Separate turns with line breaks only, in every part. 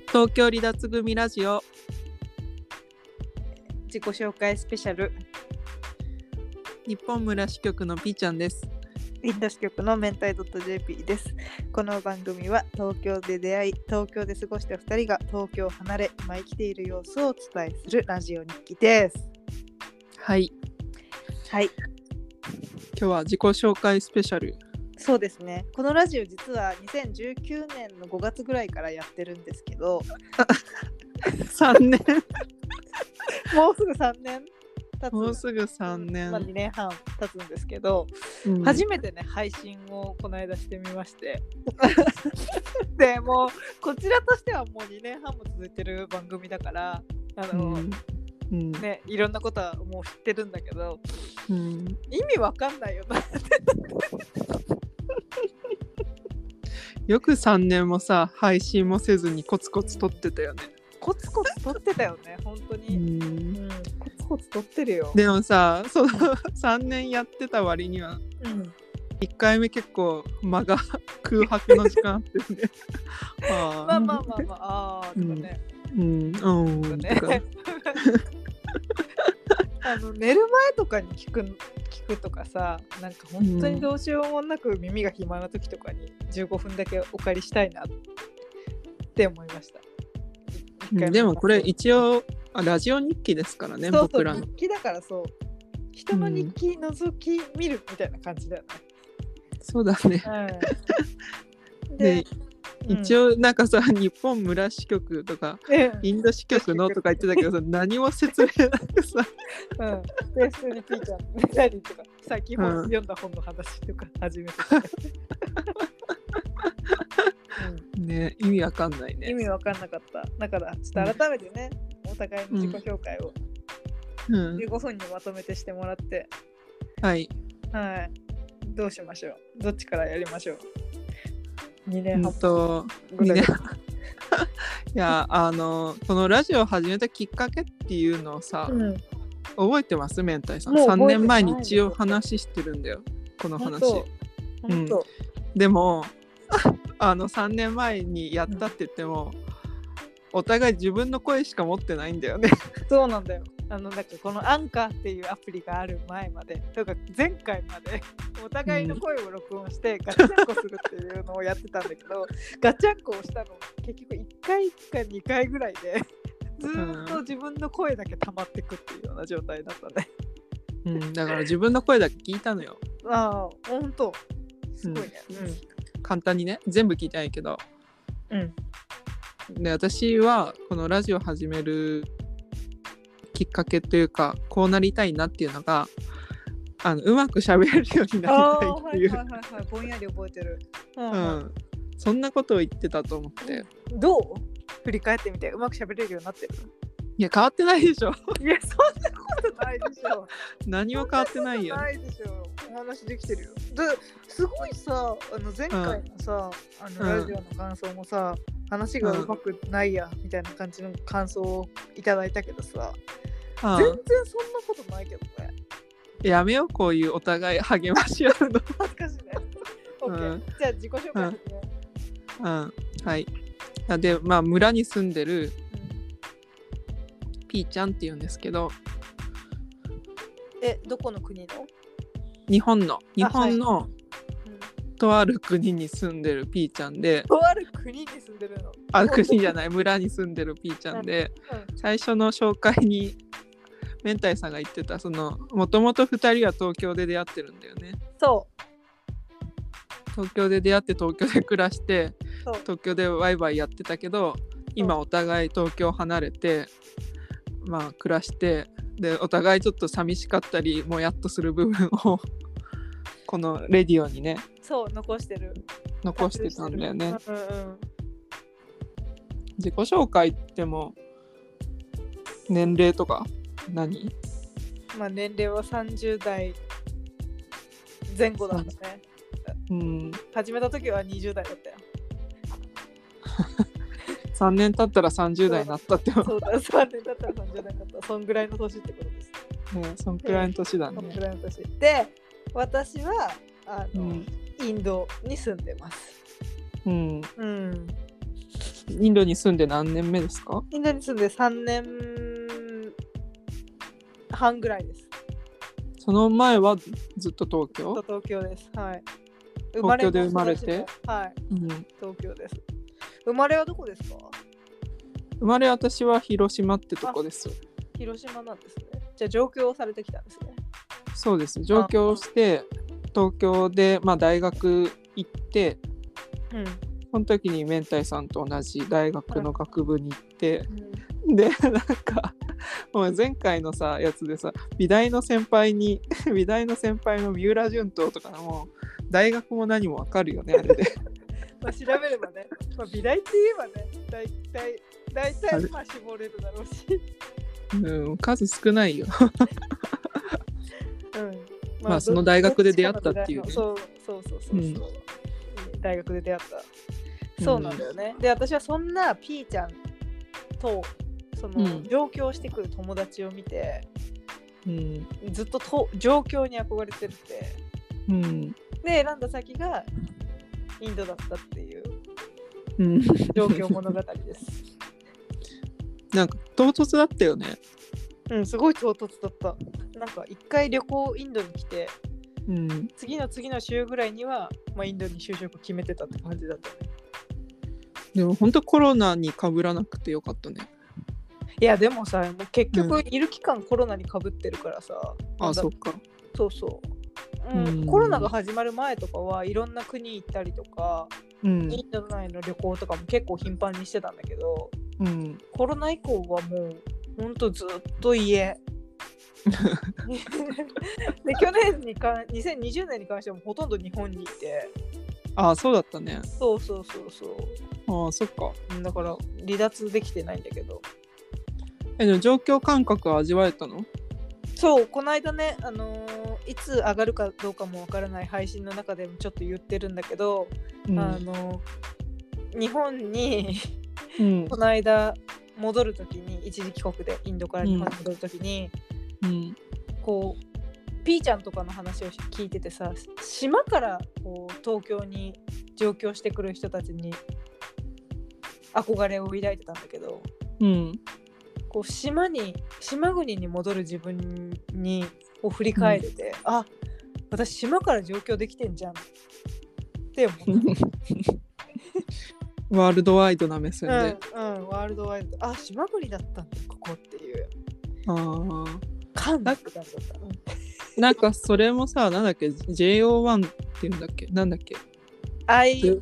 東京離脱組ラジオ
自己紹介スペシャル。
日本村支局のピーちゃんです。
インド支局の明太 .jp です。この番組は東京で出会い、東京で過ごした2人が東京を離れ、今生きている様子をお伝えするラジオ日記です。
はい
はい、
今日は自己紹介スペシャル。
そうですね。このラジオ実は2019年の5月ぐらいからやってるんですけど
3年
もうすぐ3年経つ。
もうすぐ3年、
2年半経つんですけど、初めてね配信をこの間してみましてでもうこちらとしてはもう2年半も続いてる番組だからね、いろんなことはもう知ってるんだけど、意味わかんないよな
よく3年もさ配信もせずにコツコツ撮ってたよね。
コツコツ撮ってたよね本当に、コツコツ撮ってるよ。
でもさその3年やってた割には、1回目結構間が空白の時間あってね
まあとかね、寝る前とかに聞くとかさ、なんか本当にどうしようもなく耳が暇な時とかに15分だけお借りしたいなって思いました。
でもこれ一応ラジオ日記ですからね。
そう
僕らの
日記だから、そう人の日記覗き見るみたいな感じだよね。
そうだね、で一応なんかさ、日本村支局とか、インド支局のとか言ってたけどさ、何も説明なくさ、
で普通にピーちゃん何とか最近読んだ本の話とか始めて
ね、意味わかんないね。
意味わかんなかった。だからちょっと改めてね、お互いの自己紹介を15分にまとめてしてもらって、どうしましょう。どっちからやりましょう。2年半ぐらい。い
やこのラジオを始めたきっかけっていうのをさ、覚えてます？明太さん。3年前に一応話してるんだよこの話。でも3年前にやったって言っても、お互い自分の声しか持ってないんだよね。
そうなんだよ。なんかこのアンカーっていうアプリがある前までとか前回までお互いの声を録音してガチャンコするっていうのをやってたんだけど、ガチャンコをしたの結局1回か2回ぐらいでずっと自分の声だけ溜まってくっていうような状態だったね。
だから自分の声だけ聞いたのよ。
ほんとすごいね。
簡単にね、全部聞いてないけど、で私はこのラジオ始めるきっかけというか、こうなりたいなっていうのが、うまく喋れるようになりたいっていう。
ぼんやり覚えてる。
そんなことを言ってたと思って。ど
う振り返ってみて、うまく喋れるようになってる？
いや変わってないでしょ。
いやそんなことないでしょ。
何も変わってないよ。
ないでしょ。お話できてるよ。ですごいさ、前回のさ、ラジオの感想もさ、話がうまくないやみたいな感じの感想をいただいたけどさ、全然そんなことないけどね。や
めよう、こういうお互い励まし合うの。
恥ずかしいね。じゃあ自己紹介ですね。
はい。で、村に住んでるピーちゃんって言うんですけど。
どこの国の？
日本のとある国に住んでるピーちゃんで。
とある国に住んでるの？
国じゃない、村に住んでるピーちゃんで、最初の紹介に明太さんが言ってた、もともと2人は東京で出会ってるんだよね。東京で出会って東京で暮らして、東京でワイワイやってたけど、今お互い東京離れて暮らして、でお互いちょっと寂しかったりもやっとする部分をこのレディオにね、
残して
たんだよね。自己紹介っても年齢とか何？
年齢は30代前後だったね。始めた時は20代だったよ。
3年経ったら30代になったって。
そうだ、3年経ったら30代になった。そんぐらいの年ってことです
ね。そんくらいの年だね。
そんぐらいの年で、私はインドに住んでます。
インドに住んで何年目ですか？
インドに住んで3年半ぐらいです。
その前はずっと東京？
東京です。はい。
東京で生まれて？
はい、東京です。生まれはどこですか？
生まれ私は広島ってとこです。
広島なんですね。じゃあ上京されてきたんですね。
そうです。上京して東京で、大学行って、その時に明太さんと同じ大学の学部に行って、でなんかもう前回のさやつでさ美大の先輩の三浦淳東とかも大学も何も分かるよねあれで
調べればね、美大って言えばね大体絞れるだろうし
数少ないよその大学で出会ったっていうね。
そう、大学で出会った。そうなんだよね。で私はそんなピーちゃんとその上京してくる友達を見て、ずっと上京に憧れてるって、で選んだ先がインドだったっていう上京物語です。
なんか唐突だったよね。
すごい唐突だった。なんか一回旅行インドに来て、次の週ぐらいには、インドに就職決めてたって感じだったね。
でも本当コロナに被らなくてよかったね。
いやでもさ、もう結局いる期間コロナに被ってるからさ。
そっか。
そうそう。コロナが始まる前とかはいろんな国行ったりとか、インド内の旅行とかも結構頻繁にしてたんだけど、コロナ以降はもうほんとずっと家で2020年に関してはほとんど日本にいて。
そうだったね。
そう。
そっか。
だから離脱できてないんだけど。
でも状況感覚は味わえたの？
そう、この間ね、いつ上がるかどうかもわからない配信の中でもちょっと言ってるんだけど、日本にこの間戻るときに、一時帰国でインドから日本に戻るときに、こうピーちゃんとかの話を聞いててさ、島からこう東京に上京してくる人たちに憧れを抱いてたんだけど、こう島国に戻る自分にを振り返れて、私島から上京できてんじゃんって思った
ワールドワイドな目線で、
ワールドワイド、島国だったんだここっていう感
だ
って感じだった。
なんかそれもさ、なんだっけ JO1 っていうんだっけ、なんだっけ
INI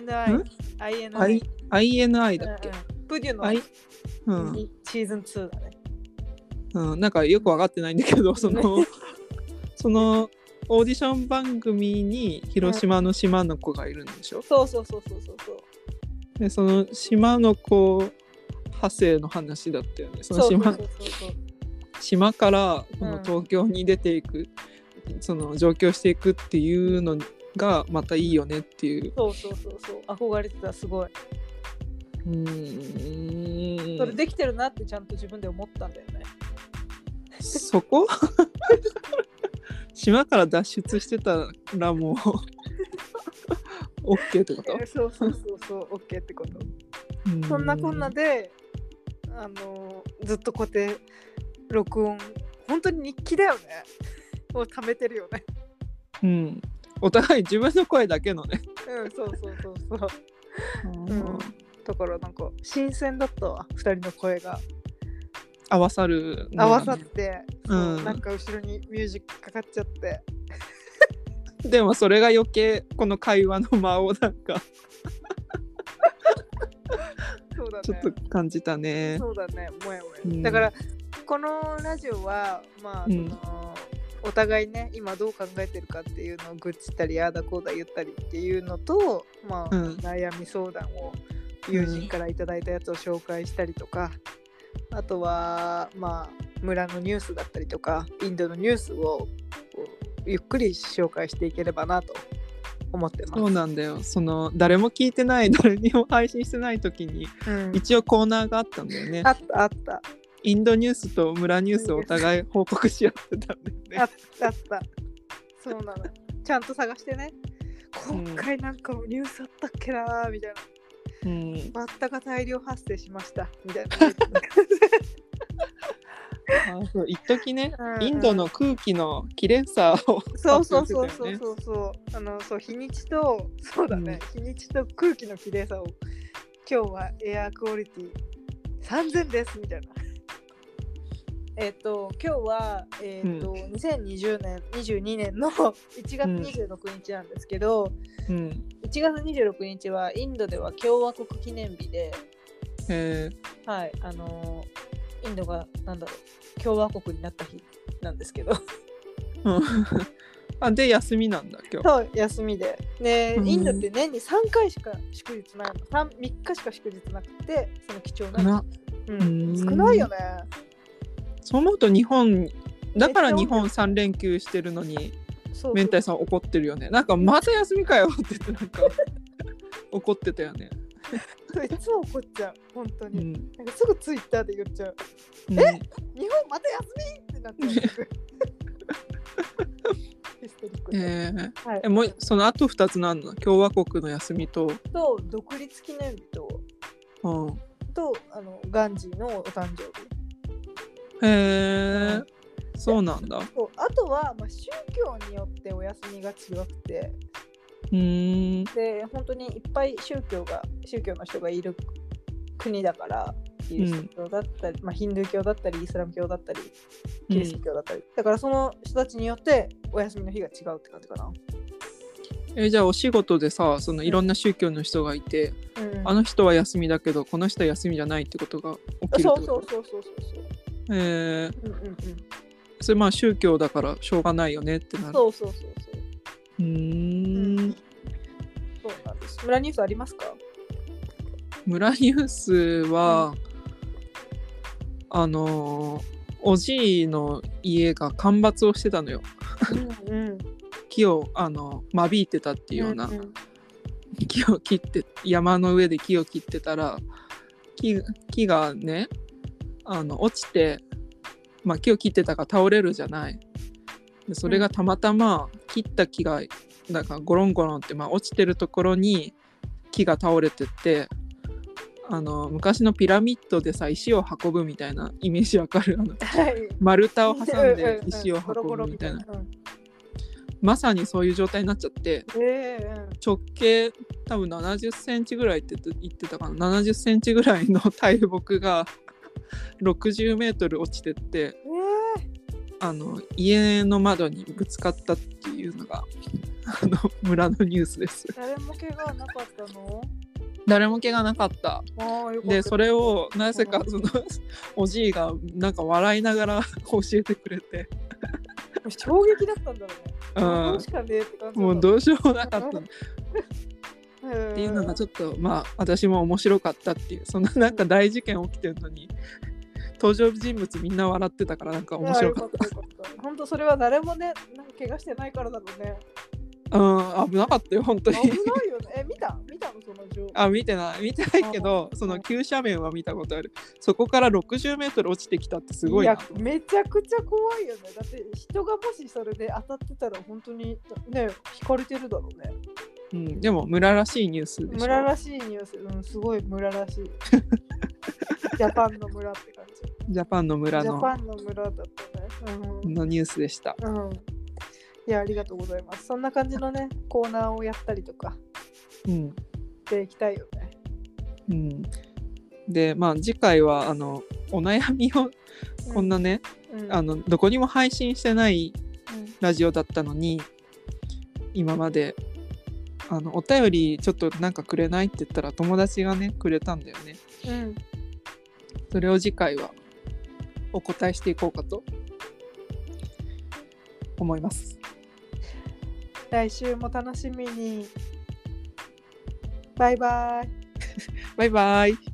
だっけ、
プデュのシーズン2だね。
なんかよく分かってないんだけど、そのオーディション番組に広島の島の子がいるんでしょ。
そう。
でその島の子派生の話だったよね。その島からこの東京に出ていく、その上京していくっていうのがまたいいよねっていう。
そう憧れてた、すごい。それできてるなってちゃんと自分で思ったんだよね。
そこ島から脱出してたらもう OK ってこと？
そう OK ってこと。そんなこんなでずっとこうやって録音、本当に日記だよね。を貯めてるよね。
お互い自分の声だけのね。
そう。だからなんか新鮮だったわ、2人の声が
合わさって、
なんか後ろにミュージックかかっちゃって
でもそれが余計この会話の間をなんか
そうだね、
ちょっと感じたね。
そうだね、もやもや、だからこのラジオはお互いね今どう考えてるかっていうのを愚痴ったりああだこうだ言ったりっていうのと、悩み相談を友人からいただいたやつを紹介したりとか、あとは村のニュースだったりとかインドのニュースをゆっくり紹介していければなと思ってます。
そうなんだよ。その誰も聞いてない、誰にも配信してない時に、一応コーナーがあったんだよね。
あった。
インドニュースと村ニュースをお互い報告し合ってたんだよね。
あった。そうなの。ちゃんと探してね。今回なんかニュースあったっけなみたいな。
うん、
バッタが大量発生しましたみたいな
そう一時ね、インドの空気の綺麗さを
そうそう日にちとそうだね、日にちと空気の綺麗さを今日はエアクオリティ3000ですみたいな。今日は、2020年22年の1月26日なんですけど、1月26日はインドでは共和国記念日で、はい、インドが共和国になった日なんですけど
で休みなんだ今日。
そう休みで、インドって年に3回しか祝日ないの。3日しか祝日なくて、その貴重な、少ないよね。
そう思うと日本だから日本3連休してるのに明太さん怒ってるよね。なんかまた休みかよって言ってなんか怒ってたよね。
いつも怒っちゃう本当に、なんかすぐツイッターで言っちゃう、日本また休みってなってる
もうその後2つなんだ。共和国の休みと
独立記念日と、ガンジーのお誕生日。
そうなんだ。
あとは、宗教によってお休みが違くて、で本当にいっぱい宗教の人がいる国だから、キリスト教だったり、ヒンドゥー教だったりイスラム教だったりキリスト教だったり、だからその人たちによってお休みの日が違うって感じかな。
じゃあお仕事でさ、そのいろんな宗教の人がいて、あの人は休みだけどこの人は休みじゃないってことが起きるってこと？そう。それ宗教だからしょうがないよねってなる。
そう。そうなんです。村ニュースありますか？
村ニュースは、おじいの家が干ばつをしてたのよ。木を間引いてたっていうような、木を切って山の上で木を切ってたら木がね落ちて、木を切ってたから倒れるじゃない。でそれがたまたま切った木がなんかゴロンゴロンって落ちてるところに木が倒れてって昔のピラミッドでさ石を運ぶみたいなイメージわかる？丸太を挟んで石を運ぶみたいな、まさにそういう状態になっちゃって、直径多分70センチぐらいって言ってたかな。70センチぐらいの大木が60メートル落ちてって、家の窓にぶつかったっていうのが村のニュースです。
誰も怪我はなかったの？
誰も怪我なかった。でそれをなぜかそのおじいがなんか笑いながら教えてくれて
衝撃だったんだろうね。しかねって感じ
もうどうしようもなかったっていうのがちょっと私も面白かったっていう。そんななんか大事件起きてるのに登場人物みんな笑ってたからなんか面白かった。
本当それは誰もねなんか怪我してないからだろうね。
危なかったよ本当に。
危ないよね。見たのその情報。
見てないけど、その急斜面は見たことある。そこから60メートル落ちてきたってすごいな。
めちゃくちゃ怖いよね。だって人がもしそれで当たってたら本当にね引かれてるだろうね。
でも村らしいニュースでしょ。
村らしいニュース、すごい村らしい。ジャパンの村って感じ。
ジャパンの村の
村だったね。
のニュースでした。
いやありがとうございます。そんな感じのねコーナーをやったりとかしていきたいよね。で次回はお悩みをこんなね、どこにも配信してないラジオだったのに、今までお便りちょっとなんかくれないって言ったら友達がねくれたんだよね。それを次回はお答えしていこうかと思います。 来週も楽しみに。バイバイ。
バイバイ。